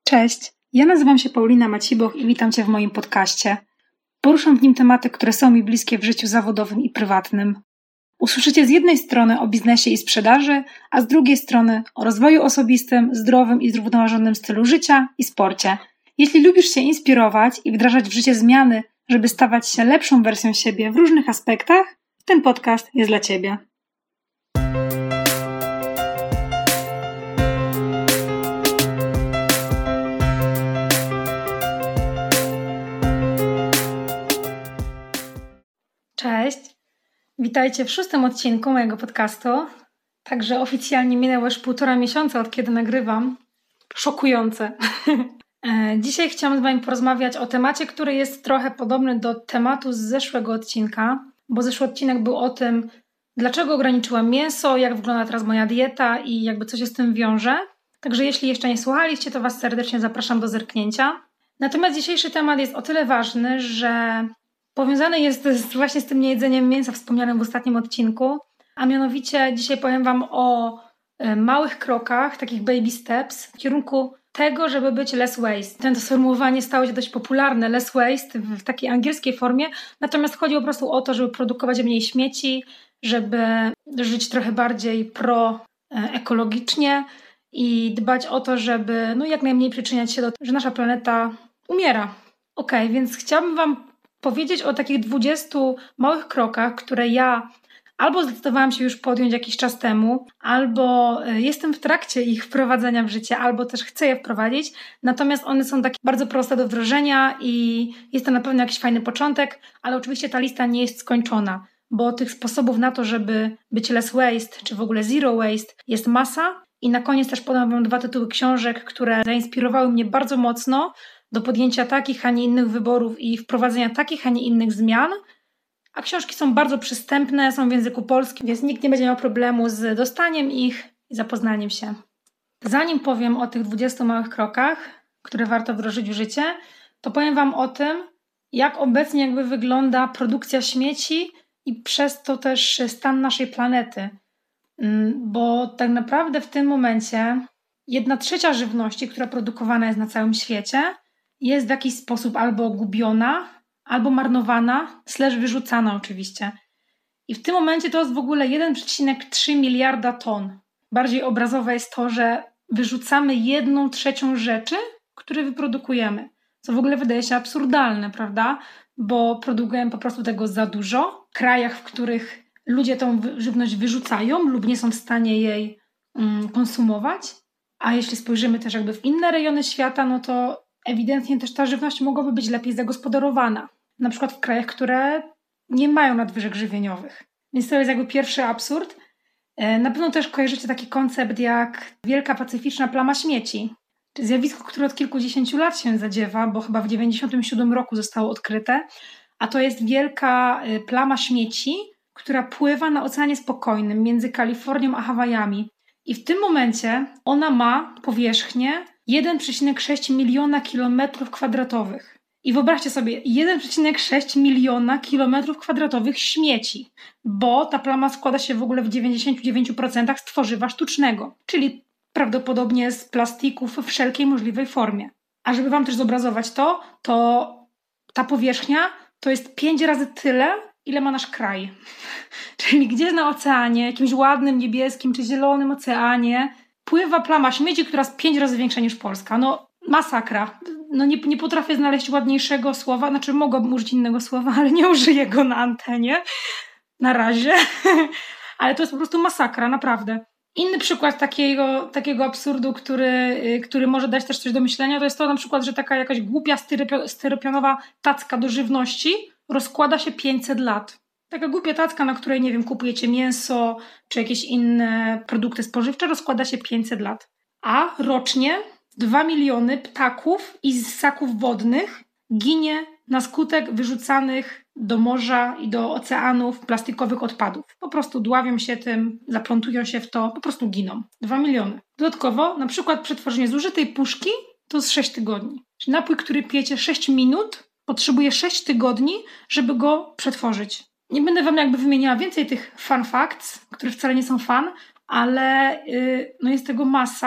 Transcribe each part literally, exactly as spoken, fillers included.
Cześć, ja nazywam się Paulina Maciboch i witam Cię w moim podcaście. Poruszam w nim tematy, które są mi bliskie w życiu zawodowym i prywatnym. Usłyszycie z jednej strony o biznesie i sprzedaży, a z drugiej strony o rozwoju osobistym, zdrowym i zrównoważonym stylu życia i sporcie. Jeśli lubisz się inspirować i wdrażać w życie zmiany, żeby stawać się lepszą wersją siebie w różnych aspektach, ten podcast jest dla Ciebie. Cześć, witajcie w szóstym odcinku mojego podcastu. Także oficjalnie minęło już półtora miesiąca od kiedy nagrywam. Szokujące. Dzisiaj chciałam z Wami porozmawiać o temacie, który jest trochę podobny do tematu z zeszłego odcinka, bo zeszły odcinek był o tym, dlaczego ograniczyłam mięso, jak wygląda teraz moja dieta i jakby co się z tym wiąże. Także jeśli jeszcze nie słuchaliście, to Was serdecznie zapraszam do zerknięcia. Natomiast dzisiejszy temat jest o tyle ważny, że powiązany jest z, właśnie z tym niejedzeniem mięsa wspomnianym w ostatnim odcinku, a mianowicie dzisiaj powiem Wam o y, małych krokach, takich baby steps w kierunku tego, żeby być less waste. To sformułowanie stało się dość popularne, less waste, w takiej angielskiej formie, natomiast chodzi po prostu o to, żeby produkować mniej śmieci, żeby żyć trochę bardziej proekologicznie i dbać o to, żeby no, jak najmniej przyczyniać się do tego, że nasza planeta umiera. Okej, okay, więc chciałabym Wam powiedzieć o takich dwudziestu małych krokach, które ja albo zdecydowałam się już podjąć jakiś czas temu, albo jestem w trakcie ich wprowadzenia w życie, albo też chcę je wprowadzić. Natomiast one są takie bardzo proste do wdrożenia i jest to na pewno jakiś fajny początek, ale oczywiście ta lista nie jest skończona, bo tych sposobów na to, żeby być less waste, czy w ogóle zero waste jest masa. I na koniec też podam Wam dwa tytuły książek, które zainspirowały mnie bardzo mocno do podjęcia takich, a nie innych wyborów i wprowadzenia takich, a nie innych zmian. A książki są bardzo przystępne, są w języku polskim, więc nikt nie będzie miał problemu z dostaniem ich i zapoznaniem się. Zanim powiem o tych dwudziestu małych krokach, które warto wdrożyć w życie, to powiem Wam o tym, jak obecnie jakby wygląda produkcja śmieci i przez to też stan naszej planety. Bo tak naprawdę w tym momencie jedna trzecia żywności, która produkowana jest na całym świecie, jest w jakiś sposób albo gubiona, albo marnowana, slash wyrzucana oczywiście. I w tym momencie to jest w ogóle jeden przecinek trzy miliarda ton. Bardziej obrazowe jest to, że wyrzucamy jedną trzecią rzeczy, które wyprodukujemy. Co w ogóle wydaje się absurdalne, prawda? Bo produkujemy po prostu tego za dużo. W krajach, w których ludzie tą żywność wyrzucają lub nie są w stanie jej mm, konsumować. A jeśli spojrzymy też jakby w inne rejony świata, no to ewidentnie też ta żywność mogłaby być lepiej zagospodarowana. Na przykład w krajach, które nie mają nadwyżek żywieniowych. Więc to jest jakby pierwszy absurd. Na pewno też kojarzycie taki koncept jak Wielka Pacyficzna Plama Śmieci. Czyli zjawisko, które od kilkudziesięciu lat się zadziewa, bo chyba w dziewięćdziesiątym siódmym roku zostało odkryte. A to jest wielka plama śmieci, która pływa na Oceanie Spokojnym między Kalifornią a Hawajami. I w tym momencie ona ma powierzchnię jeden przecinek sześć miliona kilometrów kwadratowych. I wyobraźcie sobie, jeden przecinek sześć miliona kilometrów kwadratowych śmieci, bo ta plama składa się w ogóle w dziewięćdziesięciu dziewięciu procentach z tworzywa sztucznego, czyli prawdopodobnie z plastików w wszelkiej możliwej formie. A żeby Wam też zobrazować to, to ta powierzchnia to jest pięć razy tyle, ile ma nasz kraj. Czyli gdzieś na oceanie, jakimś ładnym, niebieskim czy zielonym oceanie pływa plama śmieci, która jest pięć razy większa niż Polska. No masakra. No nie, nie potrafię znaleźć ładniejszego słowa, znaczy mogłabym użyć innego słowa, ale nie użyję go na antenie. Na razie. Ale to jest po prostu masakra, naprawdę. Inny przykład takiego, takiego absurdu, który, który może dać też coś do myślenia, to jest to na przykład, że taka jakaś głupia styropio, styropianowa tacka do żywności rozkłada się pięćset lat. Taka głupia tacka, na której, nie wiem, kupujecie mięso czy jakieś inne produkty spożywcze, rozkłada się pięćset lat. A rocznie dwa miliony ptaków i ssaków wodnych ginie na skutek wyrzucanych do morza i do oceanów plastikowych odpadów. Po prostu dławią się tym, zaplątują się w to, po prostu giną. Dwa miliony. Dodatkowo, na przykład przetworzenie zużytej puszki to jest sześć tygodni. Czyli napój, który pijecie sześć minut, potrzebuje sześć tygodni, żeby go przetworzyć. Nie będę Wam jakby wymieniała więcej tych fun facts, które wcale nie są fun, ale yy, no jest tego masa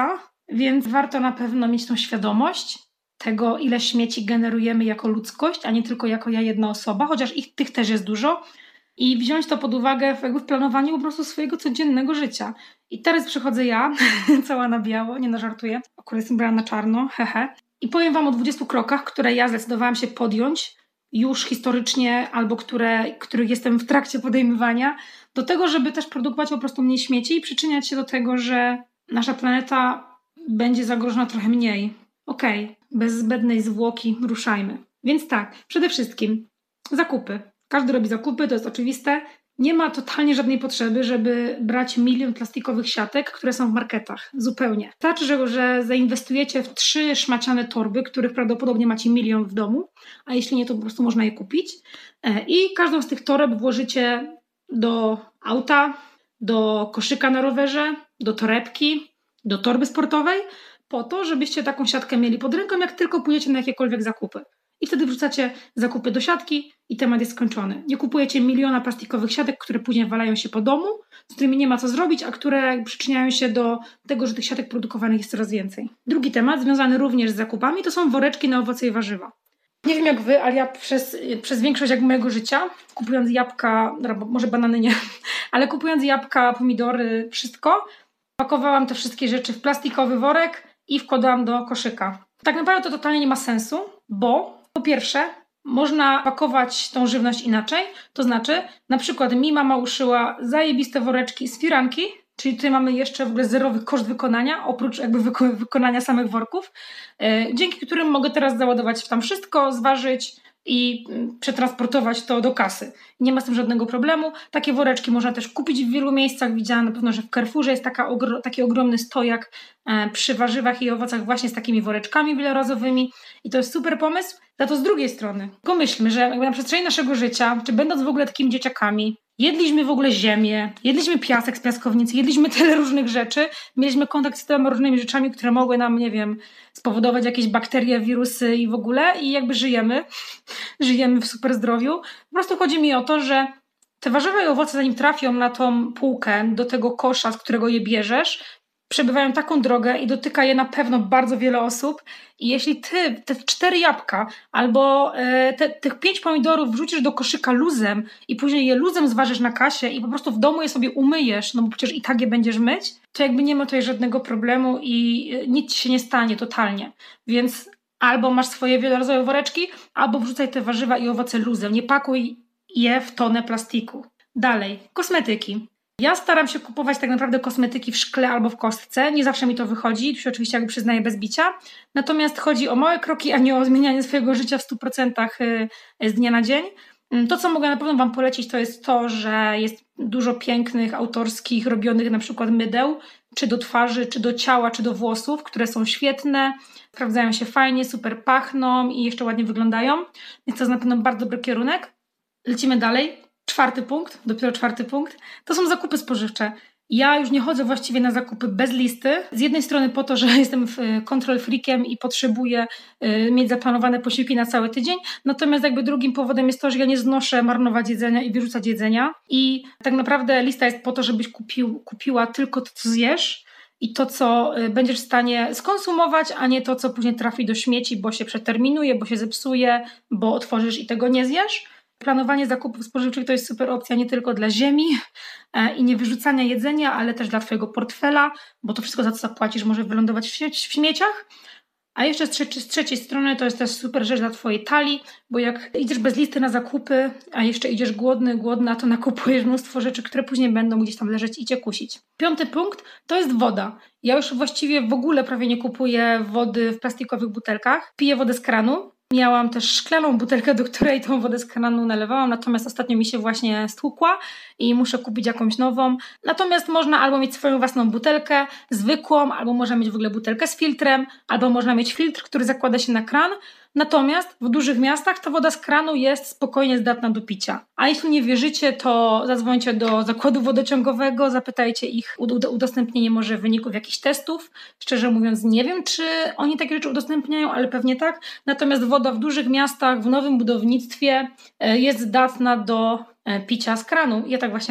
Więc warto na pewno mieć tą świadomość tego, ile śmieci generujemy jako ludzkość, a nie tylko jako ja jedna osoba, chociaż ich tych też jest dużo. I wziąć to pod uwagę w, jakby w planowaniu po prostu swojego codziennego życia. I teraz przychodzę ja, cała na biało, nie no żartuję, akurat jestem brana na czarno, hehe. I powiem wam o dwudziestu krokach, które ja zdecydowałam się podjąć już historycznie, albo które, których jestem w trakcie podejmowania, do tego, żeby też produkować po prostu mniej śmieci i przyczyniać się do tego, że nasza planeta będzie zagrożona trochę mniej. Okej, okay. Bez zbędnej zwłoki ruszajmy. Więc tak, przede wszystkim zakupy. Każdy robi zakupy, to jest oczywiste. Nie ma totalnie żadnej potrzeby, żeby brać milion plastikowych siatek, które są w marketach. Zupełnie. Wystarczy, że, że zainwestujecie w trzy szmaciane torby, których prawdopodobnie macie milion w domu, a jeśli nie, to po prostu można je kupić. I każdą z tych toreb włożycie do auta, do koszyka na rowerze, do torebki, do torby sportowej, po to, żebyście taką siatkę mieli pod ręką, jak tylko pójdziecie na jakiekolwiek zakupy. I wtedy wrzucacie zakupy do siatki i temat jest skończony. Nie kupujecie miliona plastikowych siatek, które później walają się po domu, z którymi nie ma co zrobić, a które przyczyniają się do tego, że tych siatek produkowanych jest coraz więcej. Drugi temat, związany również z zakupami, to są woreczki na owoce i warzywa. Nie wiem jak wy, ale ja przez, przez większość jakby mojego życia, kupując jabłka, może banany nie, ale kupując jabłka, pomidory, wszystko, pakowałam te wszystkie rzeczy w plastikowy worek i wkładałam do koszyka. Tak naprawdę to totalnie nie ma sensu, bo po pierwsze, można pakować tą żywność inaczej, to znaczy na przykład mi mama uszyła zajebiste woreczki z firanki, czyli tutaj mamy jeszcze w ogóle zerowy koszt wykonania, oprócz jakby wyko- wykonania samych worków, yy, dzięki którym mogę teraz załadować tam wszystko, zważyć i przetransportować to do kasy. Nie ma z tym żadnego problemu. Takie woreczki można też kupić w wielu miejscach. Widziałam na pewno, że w Carrefourze jest taka ogro- taki ogromny stojak e, przy warzywach i owocach właśnie z takimi woreczkami wielorazowymi i to jest super pomysł. Za to z drugiej strony pomyślmy, że jakby na przestrzeni naszego życia, czy będąc w ogóle takimi dzieciakami, jedliśmy w ogóle ziemię, jedliśmy piasek z piaskownicy, jedliśmy tyle różnych rzeczy, mieliśmy kontakt z tyloma różnymi rzeczami, które mogły nam, nie wiem, spowodować jakieś bakterie, wirusy i w ogóle i jakby żyjemy, żyjemy w super zdrowiu. Po prostu chodzi mi o to, że te warzywa i owoce, zanim trafią na tą półkę, do tego kosza, z którego je bierzesz, przebywają taką drogę i dotyka je na pewno bardzo wiele osób i jeśli ty te cztery jabłka albo e, te, tych pięć pomidorów wrzucisz do koszyka luzem i później je luzem zważysz na kasie i po prostu w domu je sobie umyjesz, no bo przecież i tak je będziesz myć, to jakby nie ma tutaj żadnego problemu i nic ci się nie stanie totalnie. Więc albo masz swoje wielorazowe woreczki, albo wrzucaj te warzywa i owoce luzem. Nie pakuj je w tonę plastiku. Dalej, kosmetyki. Ja staram się kupować tak naprawdę kosmetyki w szkle albo w kostce. Nie zawsze mi to wychodzi, tu się oczywiście jakby przyznaję bez bicia. Natomiast chodzi o małe kroki, a nie o zmienianie swojego życia w stu procentach z dnia na dzień. To, co mogę na pewno wam polecić, to jest to, że jest dużo pięknych, autorskich, robionych na przykład mydeł, czy do twarzy, czy do ciała, czy do włosów, które są świetne, sprawdzają się fajnie, super pachną i jeszcze ładnie wyglądają. Więc to jest na pewno bardzo dobry kierunek. Lecimy dalej. Czwarty punkt, dopiero czwarty punkt, to są zakupy spożywcze. Ja już nie chodzę właściwie na zakupy bez listy. Z jednej strony po to, że jestem control freakiem i potrzebuję mieć zaplanowane posiłki na cały tydzień, natomiast jakby drugim powodem jest to, że ja nie znoszę marnować jedzenia i wyrzucać jedzenia i tak naprawdę lista jest po to, żebyś kupił, kupiła tylko to, co zjesz i to, co będziesz w stanie skonsumować, a nie to, co później trafi do śmieci, bo się przeterminuje, bo się zepsuje, bo otworzysz i tego nie zjesz. Planowanie zakupów spożywczych to jest super opcja nie tylko dla ziemi e, i nie wyrzucania jedzenia, ale też dla twojego portfela, bo to wszystko, za co zapłacisz, może wylądować w, śmie- w śmieciach. A jeszcze z, trze- z trzeciej strony to jest też super rzecz dla twojej talii, bo jak idziesz bez listy na zakupy, a jeszcze idziesz głodny, głodna, to nakupujesz mnóstwo rzeczy, które później będą gdzieś tam leżeć i cię kusić. Piąty punkt to jest woda. Ja już właściwie w ogóle prawie nie kupuję wody w plastikowych butelkach. Piję wodę z kranu. Miałam też szklaną butelkę, do której tą wodę z kranu nalewałam, natomiast ostatnio mi się właśnie stłukła i muszę kupić jakąś nową. Natomiast można albo mieć swoją własną butelkę, zwykłą, albo można mieć w ogóle butelkę z filtrem, albo można mieć filtr, który zakłada się na kran. Natomiast w dużych miastach ta woda z kranu jest spokojnie zdatna do picia. A jeśli nie wierzycie, to zadzwońcie do zakładu wodociągowego, zapytajcie ich o udostępnienie może wyników jakichś testów. Szczerze mówiąc nie wiem, czy oni takie rzeczy udostępniają, ale pewnie tak. Natomiast woda w dużych miastach, w nowym budownictwie jest zdatna do picia z kranu. Ja tak właśnie robię.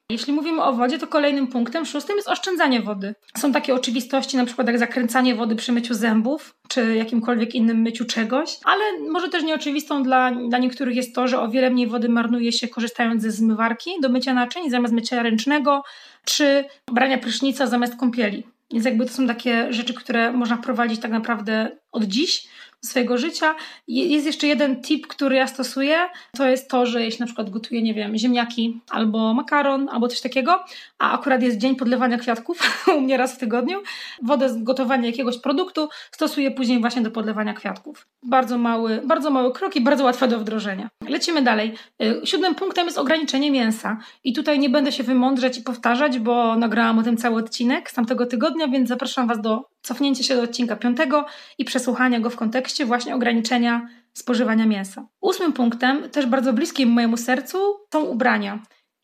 Jeśli mówimy o wodzie, to kolejnym punktem, szóstym jest oszczędzanie wody. Są takie oczywistości, na przykład jak zakręcanie wody przy myciu zębów, czy jakimkolwiek innym myciu czegoś, ale może też nieoczywistą dla, dla niektórych jest to, że o wiele mniej wody marnuje się korzystając ze zmywarki do mycia naczyń zamiast mycia ręcznego, czy brania prysznica zamiast kąpieli. Więc jakby to są takie rzeczy, które można wprowadzić tak naprawdę od dziś do swojego życia. Jest jeszcze jeden tip, który ja stosuję, to jest to, że jeśli na przykład gotuję, nie wiem, ziemniaki albo makaron, albo coś takiego, a akurat jest dzień podlewania kwiatków u mnie raz w tygodniu, wodę z gotowania jakiegoś produktu stosuję później właśnie do podlewania kwiatków. Bardzo mały, bardzo mały krok i bardzo łatwe do wdrożenia. Lecimy dalej. Siódmym punktem jest ograniczenie mięsa. I tutaj nie będę się wymądrzeć i powtarzać, bo nagrałam o tym cały odcinek z tamtego tygodnia, więc zapraszam Was do cofnięcia się do odcinka piątego i przesłuchania go w kontekście właśnie ograniczenia spożywania mięsa. Ósmym punktem, też bardzo bliskim mojemu sercu, są ubrania.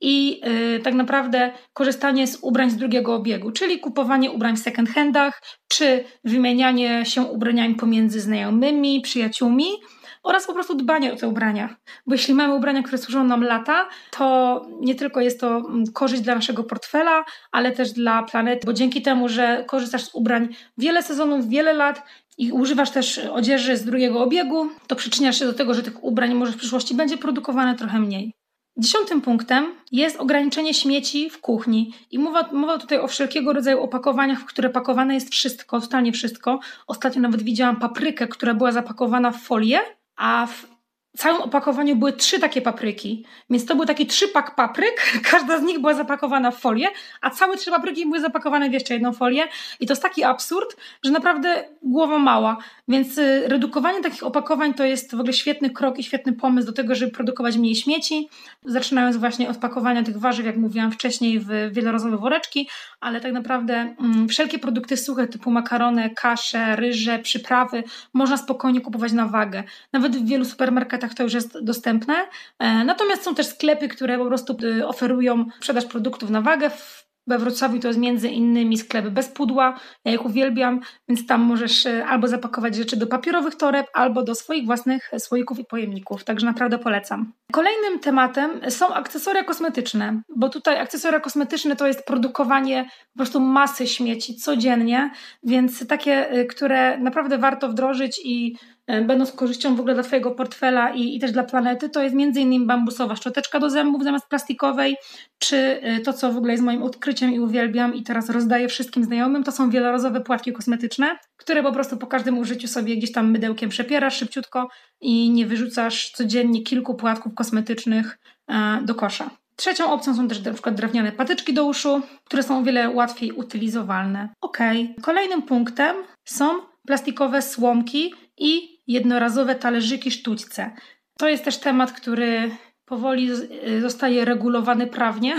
I yy, tak naprawdę korzystanie z ubrań z drugiego obiegu, czyli kupowanie ubrań w second handach, czy wymienianie się ubraniami pomiędzy znajomymi, przyjaciółmi, oraz po prostu dbanie o te ubrania. Bo jeśli mamy ubrania, które służą nam lata, to nie tylko jest to korzyść dla naszego portfela, ale też dla planety, bo dzięki temu, że korzystasz z ubrań wiele sezonów, wiele lat i używasz też odzieży z drugiego obiegu, to przyczyniasz się do tego, że tych ubrań może w przyszłości będzie produkowane trochę mniej. Dziesiątym punktem jest ograniczenie śmieci w kuchni. I mowa, mowa tutaj o wszelkiego rodzaju opakowaniach, w które pakowane jest wszystko, totalnie wszystko. Ostatnio nawet widziałam paprykę, która była zapakowana w folię, a w całym opakowaniu były trzy takie papryki, więc to był taki trzypak papryk, każda z nich była zapakowana w folię, a całe trzy papryki były zapakowane w jeszcze jedną folię i to jest taki absurd, że naprawdę głowa mała, więc redukowanie takich opakowań to jest w ogóle świetny krok i świetny pomysł do tego, żeby produkować mniej śmieci, zaczynając właśnie od pakowania tych warzyw, jak mówiłam wcześniej, w wielorazowe woreczki, ale tak naprawdę mm, wszelkie produkty suche typu makarony, kasze, ryże, przyprawy można spokojnie kupować na wagę. Nawet w wielu supermarketach to już jest dostępne. Natomiast są też sklepy, które po prostu oferują sprzedaż produktów na wagę. We Wrocławiu to jest między innymi sklepy bez pudła. Ja ich uwielbiam, więc tam możesz albo zapakować rzeczy do papierowych toreb, albo do swoich własnych słoików i pojemników. Także naprawdę polecam. Kolejnym tematem są akcesoria kosmetyczne, bo tutaj akcesoria kosmetyczne to jest produkowanie po prostu masy śmieci codziennie, więc takie, które naprawdę warto wdrożyć i będą z korzyścią w ogóle dla Twojego portfela i, i też dla planety, to jest między innymi bambusowa szczoteczka do zębów zamiast plastikowej, czy to, co w ogóle jest moim odkryciem i uwielbiam i teraz rozdaję wszystkim znajomym, to są wielorazowe płatki kosmetyczne, które po prostu po każdym użyciu sobie gdzieś tam mydełkiem przepierasz szybciutko i nie wyrzucasz codziennie kilku płatków kosmetycznych do kosza. Trzecią opcją są też na przykład drewniane patyczki do uszu, które są o wiele łatwiej utylizowalne. Ok. Kolejnym punktem są plastikowe słomki i jednorazowe talerzyki sztućce. To jest też temat, który powoli zostaje regulowany prawnie,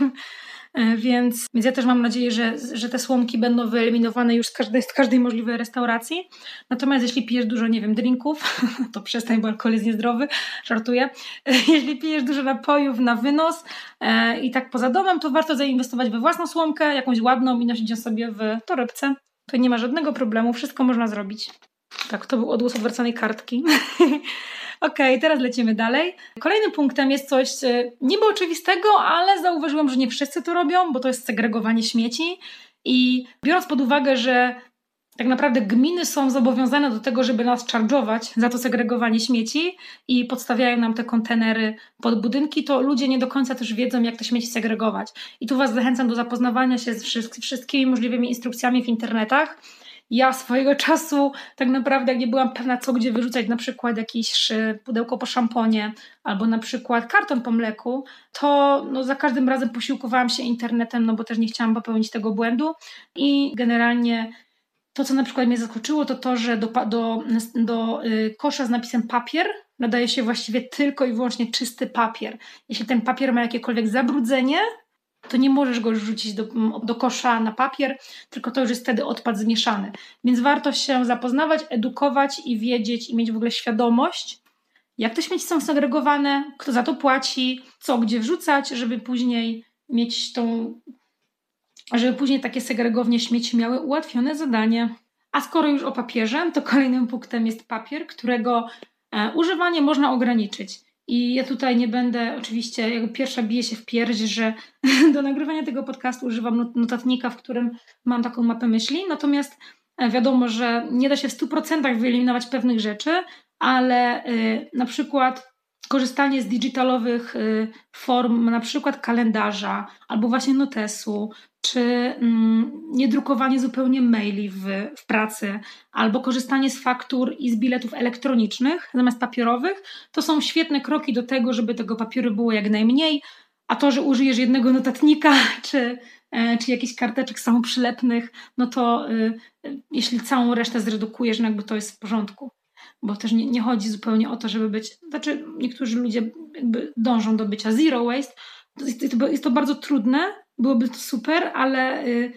więc, więc ja też mam nadzieję, że, że te słomki będą wyeliminowane już z każdej, z każdej możliwej restauracji. Natomiast jeśli pijesz dużo, nie wiem, drinków, to przestań, bo alkohol jest niezdrowy, żartuję. Jeśli pijesz dużo napojów na wynos e, i tak poza domem, to warto zainwestować we własną słomkę, jakąś ładną i nosić ją sobie w torebce. To nie ma żadnego problemu, wszystko można zrobić. Tak, to był odgłos odwracanej kartki. Okej, okay, teraz lecimy dalej. Kolejnym punktem jest coś niby oczywistego, ale zauważyłam, że nie wszyscy to robią, bo to jest segregowanie śmieci i biorąc pod uwagę, że tak naprawdę gminy są zobowiązane do tego, żeby nas charge'ować za to segregowanie śmieci i podstawiają nam te kontenery pod budynki, to ludzie nie do końca też wiedzą, jak te śmieci segregować. I tu Was zachęcam do zapoznawania się z wszystkimi możliwymi instrukcjami w internetach. Ja swojego czasu tak naprawdę jak nie byłam pewna, co gdzie wyrzucać, na przykład jakieś pudełko po szamponie albo na przykład karton po mleku, to no, za każdym razem posiłkowałam się internetem, no bo też nie chciałam popełnić tego błędu i generalnie to, co na przykład mnie zaskoczyło, to to, że do, do, do kosza z napisem papier nadaje się właściwie tylko i wyłącznie czysty papier. Jeśli ten papier ma jakiekolwiek zabrudzenie, to nie możesz go rzucić do, do kosza na papier, tylko to już jest wtedy odpad zmieszany. Więc warto się zapoznawać, edukować i wiedzieć i mieć w ogóle świadomość, jak te śmieci są segregowane, kto za to płaci, co gdzie wrzucać, żeby później mieć tą, żeby później takie segregownie śmieci miały ułatwione zadanie. A skoro już o papierze, to kolejnym punktem jest papier, którego e, używanie można ograniczyć. I ja tutaj nie będę, oczywiście, jako pierwsza biję się w pierś, że do nagrywania tego podcastu używam notatnika, w którym mam taką mapę myśli. Natomiast wiadomo, że nie da się w stu procentach wyeliminować pewnych rzeczy, ale y, na przykład korzystanie z digitalowych y, form, na przykład kalendarza albo właśnie notesu, czy mm, niedrukowanie zupełnie maili w, w pracy, albo korzystanie z faktur i z biletów elektronicznych zamiast papierowych, to są świetne kroki do tego, żeby tego papieru było jak najmniej, a to, że użyjesz jednego notatnika czy, e, czy jakichś karteczek samoprzylepnych, no to y, y, jeśli całą resztę zredukujesz, no jakby to jest w porządku. Bo też nie, nie chodzi zupełnie o to, żeby być, znaczy niektórzy ludzie jakby dążą do bycia zero waste. Jest to, jest to bardzo trudne, byłoby to super, ale y,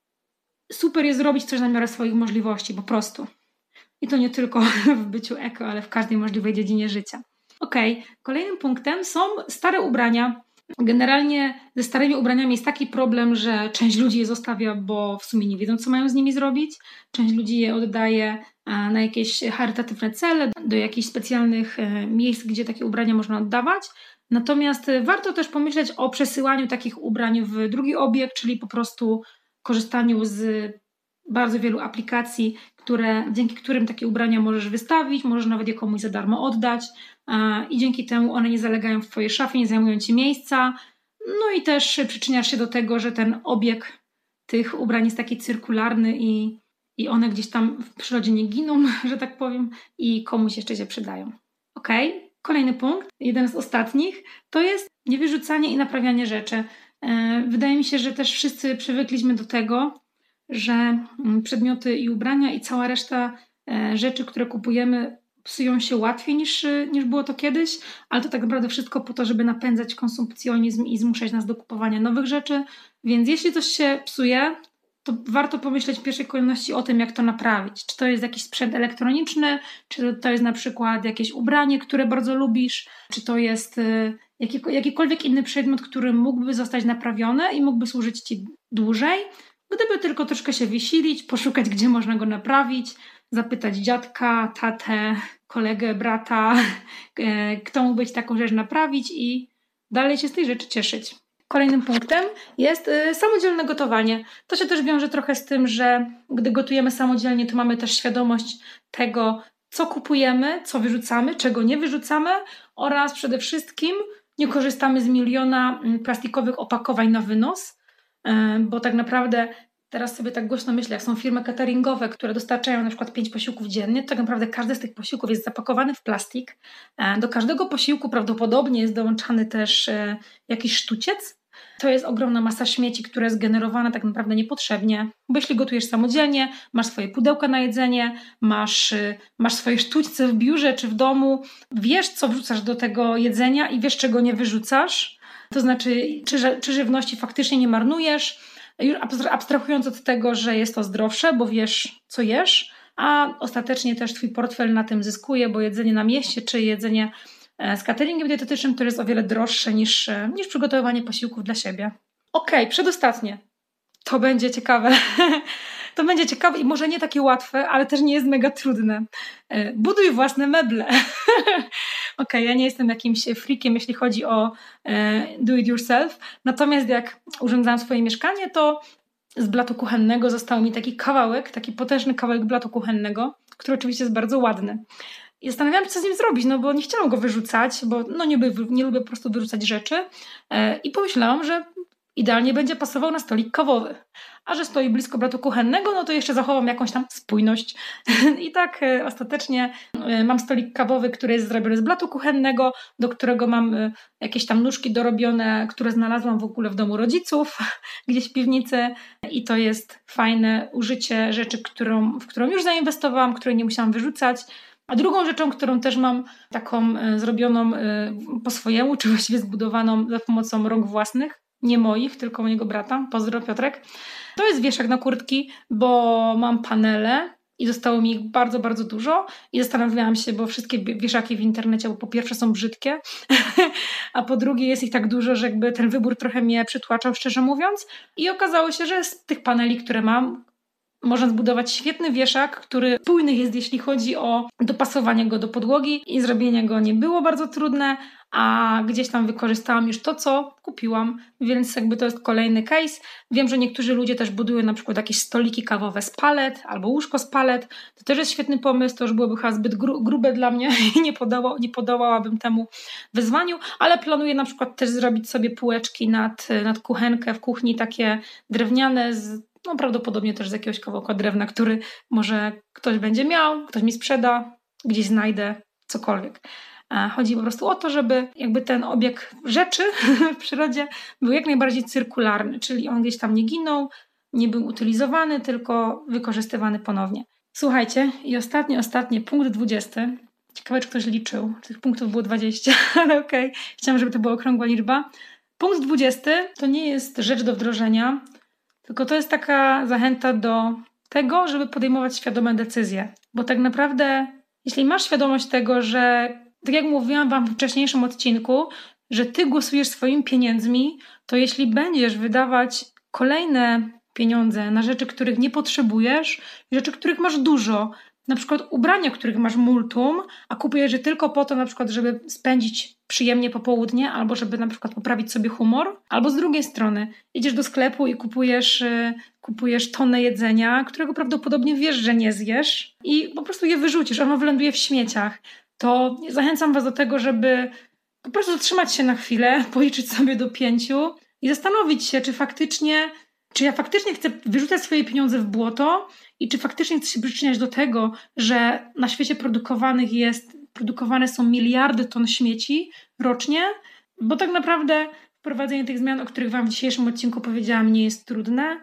super jest zrobić coś na miarę swoich możliwości, po prostu. I to nie tylko w byciu eko, ale w każdej możliwej dziedzinie życia. Okej, okay. Kolejnym punktem są stare ubrania. Generalnie ze starymi ubraniami jest taki problem, że część ludzi je zostawia, bo w sumie nie wiedzą, co mają z nimi zrobić. Część ludzi je oddaje na jakieś charytatywne cele, do jakichś specjalnych miejsc, gdzie takie ubrania można oddawać. Natomiast warto też pomyśleć o przesyłaniu takich ubrań w drugi obieg, czyli po prostu korzystaniu z bardzo wielu aplikacji, które, dzięki którym takie ubrania możesz wystawić, możesz nawet je komuś za darmo oddać i dzięki temu one nie zalegają w twojej szafie, nie zajmują ci miejsca. No i też przyczyniasz się do tego, że ten obieg tych ubrań jest taki cyrkularny i, i one gdzieś tam w przyrodzie nie giną, że tak powiem, i komuś jeszcze się przydają. Okej, okay. Kolejny punkt, jeden z ostatnich, to jest niewyrzucanie i naprawianie rzeczy. Wydaje mi się, że też wszyscy przywykliśmy do tego, że przedmioty i ubrania i cała reszta rzeczy, które kupujemy, psują się łatwiej niż, niż było to kiedyś, ale to tak naprawdę wszystko po to, żeby napędzać konsumpcjonizm i zmuszać nas do kupowania nowych rzeczy. Więc jeśli coś się psuje, to warto pomyśleć w pierwszej kolejności o tym, jak to naprawić. Czy to jest jakiś sprzęt elektroniczny, czy to jest na przykład jakieś ubranie, które bardzo lubisz, czy to jest jaki, jakikolwiek inny przedmiot, który mógłby zostać naprawiony i mógłby służyć ci dłużej. Gdyby tylko troszkę się wysilić, poszukać, gdzie można go naprawić, zapytać dziadka, tatę, kolegę, brata, kto mógłby ci taką rzecz naprawić i dalej się z tej rzeczy cieszyć. Kolejnym punktem jest samodzielne gotowanie. To się też wiąże trochę z tym, że gdy gotujemy samodzielnie, to mamy też świadomość tego, co kupujemy, co wyrzucamy, czego nie wyrzucamy oraz przede wszystkim nie korzystamy z miliona plastikowych opakowań na wynos, bo tak naprawdę teraz sobie tak głośno myślę, jak są firmy cateringowe, które dostarczają na przykład pięć posiłków dziennie, to tak naprawdę każdy z tych posiłków jest zapakowany w plastik. Do każdego posiłku prawdopodobnie jest dołączany też jakiś sztuciec. To jest ogromna masa śmieci, która jest generowana tak naprawdę niepotrzebnie, bo jeśli gotujesz samodzielnie, masz swoje pudełka na jedzenie, masz, masz swoje sztućce w biurze czy w domu, wiesz, co wrzucasz do tego jedzenia i wiesz, czego nie wyrzucasz. To znaczy, czy, czy żywności faktycznie nie marnujesz, już abstrahując od tego, że jest to zdrowsze, bo wiesz, co jesz, a ostatecznie też twój portfel na tym zyskuje, bo jedzenie na mieście czy jedzenie z cateringiem dietetycznym to jest o wiele droższe niż, niż przygotowywanie posiłków dla siebie. Okej, okay, przedostatnie. To będzie ciekawe. To będzie ciekawe i może nie takie łatwe, ale też nie jest mega trudne. Buduj własne meble. Okej, okay, ja nie jestem jakimś freakiem, jeśli chodzi o do it yourself. Natomiast jak urządzałam swoje mieszkanie, to z blatu kuchennego został mi taki kawałek, taki potężny kawałek blatu kuchennego, który oczywiście jest bardzo ładny. I zastanawiałam się, co z nim zrobić, no bo nie chciałam go wyrzucać, bo no nie, lubię, nie lubię po prostu wyrzucać rzeczy. I pomyślałam, że idealnie będzie pasował na stolik kawowy. A że stoi blisko blatu kuchennego, no to jeszcze zachowam jakąś tam spójność. I tak e, ostatecznie e, mam stolik kawowy, który jest zrobiony z blatu kuchennego, do którego mam e, jakieś tam nóżki dorobione, które znalazłam w ogóle w domu rodziców, gdzieś w piwnicy. I to jest fajne użycie rzeczy, którą, w którą już zainwestowałam, której nie musiałam wyrzucać. A drugą rzeczą, którą też mam taką e, zrobioną e, po swojemu, czy właściwie zbudowaną za pomocą rąk własnych, nie moich, tylko mojego brata, pozdro Piotrek, to jest wieszak na kurtki, bo mam panele i zostało mi ich bardzo, bardzo dużo i zastanawiałam się, bo wszystkie wieszaki w internecie, bo po pierwsze są brzydkie, a po drugie jest ich tak dużo, że jakby ten wybór trochę mnie przytłaczał, szczerze mówiąc, i okazało się, że z tych paneli, które mam, można zbudować świetny wieszak, który spójny jest, jeśli chodzi o dopasowanie go do podłogi i zrobienie go nie było bardzo trudne, a gdzieś tam wykorzystałam już to, co kupiłam, więc jakby to jest kolejny case. Wiem, że niektórzy ludzie też budują na przykład jakieś stoliki kawowe z palet albo łóżko z palet. To też jest świetny pomysł, to już byłoby chyba zbyt gru- grube dla mnie i nie, podało, nie podołałabym temu wyzwaniu, ale planuję na przykład też zrobić sobie półeczki nad, nad kuchenkę w kuchni, takie drewniane, z, no prawdopodobnie też z jakiegoś kawałka drewna, który może ktoś będzie miał, ktoś mi sprzeda, gdzieś znajdę, cokolwiek. Chodzi po prostu o to, żeby jakby ten obieg rzeczy w przyrodzie był jak najbardziej cyrkularny, czyli on gdzieś tam nie ginął, nie był utylizowany, tylko wykorzystywany ponownie. Słuchajcie, i ostatni, ostatni, punkt dwudziesty. Ciekawe, czy ktoś liczył. Tych punktów było dwadzieścia, ale okej. Okay. Chciałam, żeby to była okrągła liczba. Punkt dwudziesty to nie jest rzecz do wdrożenia, tylko to jest taka zachęta do tego, żeby podejmować świadome decyzje. Bo tak naprawdę, jeśli masz świadomość tego, że tak jak mówiłam wam w wcześniejszym odcinku, że ty głosujesz swoimi pieniędzmi, to jeśli będziesz wydawać kolejne pieniądze na rzeczy, których nie potrzebujesz, rzeczy, których masz dużo, na przykład ubrania, których masz multum, a kupujesz je tylko po to, na przykład, żeby spędzić przyjemnie popołudnie, albo żeby na przykład poprawić sobie humor, albo z drugiej strony idziesz do sklepu i kupujesz, kupujesz tonę jedzenia, którego prawdopodobnie wiesz, że nie zjesz i po prostu je wyrzucisz, ono wyląduje w śmieciach. To zachęcam was do tego, żeby po prostu zatrzymać się na chwilę, policzyć sobie do pięciu i zastanowić się, czy faktycznie, czy ja faktycznie chcę wyrzucać swoje pieniądze w błoto i czy faktycznie chcę się przyczyniać do tego, że na świecie produkowanych jest, produkowane są miliardy ton śmieci rocznie, bo tak naprawdę wprowadzenie tych zmian, o których wam w dzisiejszym odcinku powiedziałam, nie jest trudne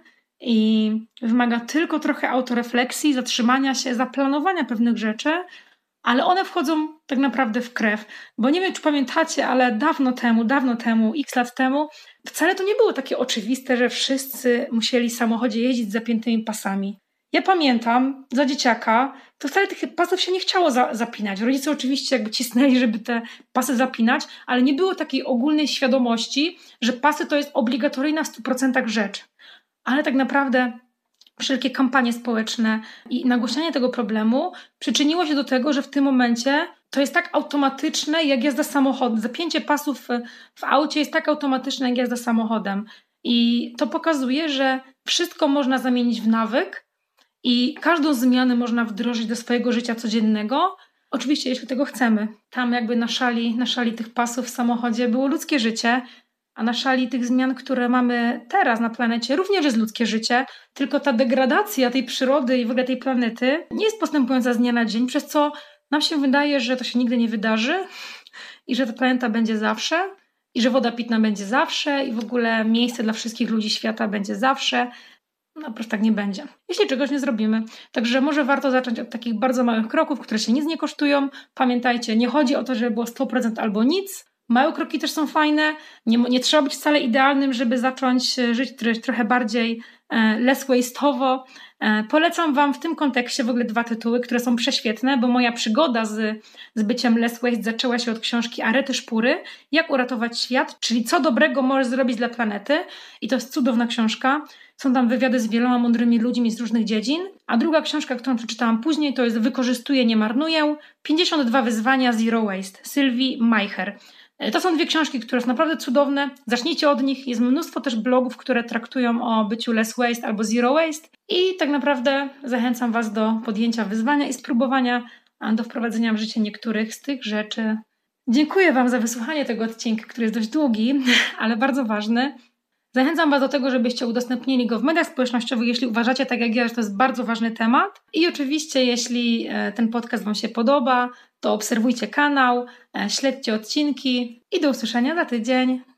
i wymaga tylko trochę autorefleksji, zatrzymania się, zaplanowania pewnych rzeczy, ale one wchodzą tak naprawdę w krew. Bo nie wiem, czy pamiętacie, ale dawno temu, dawno temu, x lat temu, wcale to nie było takie oczywiste, że wszyscy musieli w samochodzie jeździć z zapiętymi pasami. Ja pamiętam, za dzieciaka, to wcale tych pasów się nie chciało za, zapinać. Rodzice oczywiście jakby cisnęli, żeby te pasy zapinać, ale nie było takiej ogólnej świadomości, że pasy to jest obligatoryjna w stu procentach rzecz. Ale tak naprawdę wszelkie kampanie społeczne i nagłośnianie tego problemu przyczyniło się do tego, że w tym momencie to jest tak automatyczne jak jazda samochodem. Zapięcie pasów w aucie jest tak automatyczne jak jazda samochodem. I to pokazuje, że wszystko można zamienić w nawyk i każdą zmianę można wdrożyć do swojego życia codziennego. Oczywiście, jeśli tego chcemy. Tam jakby na szali, na szali tych pasów w samochodzie było ludzkie życie, a na szali tych zmian, które mamy teraz na planecie, również jest ludzkie życie, tylko ta degradacja tej przyrody i w ogóle tej planety nie jest postępująca z dnia na dzień, przez co nam się wydaje, że to się nigdy nie wydarzy i że ta planeta będzie zawsze i że woda pitna będzie zawsze i w ogóle miejsce dla wszystkich ludzi świata będzie zawsze. No po prostu tak nie będzie, jeśli czegoś nie zrobimy. Także może warto zacząć od takich bardzo małych kroków, które się nic nie kosztują. Pamiętajcie, nie chodzi o to, żeby było sto procent albo nic. Małe kroki też są fajne. Nie, nie trzeba być wcale idealnym, żeby zacząć żyć trochę bardziej e, less waste'owo. E, polecam wam w tym kontekście w ogóle dwa tytuły, które są prześwietne, bo moja przygoda z, z byciem less waste zaczęła się od książki Arety Szpury Jak uratować świat, czyli co dobrego możesz zrobić dla planety. I to jest cudowna książka. Są tam wywiady z wieloma mądrymi ludźmi z różnych dziedzin. A druga książka, którą przeczytałam później, to jest Wykorzystuję, nie marnuję. pięćdziesiąt dwa wyzwania Zero Waste, Sylwii Majcher. To są dwie książki, które są naprawdę cudowne. Zacznijcie od nich. Jest mnóstwo też blogów, które traktują o byciu less waste albo zero waste. I tak naprawdę zachęcam was do podjęcia wyzwania i spróbowania do wprowadzenia w życie niektórych z tych rzeczy. Dziękuję wam za wysłuchanie tego odcinka, który jest dość długi, ale bardzo ważny. Zachęcam was do tego, żebyście udostępnili go w mediach społecznościowych, jeśli uważacie, tak jak ja, że to jest bardzo ważny temat. I oczywiście, jeśli ten podcast wam się podoba, to obserwujcie kanał, śledźcie odcinki i do usłyszenia za tydzień.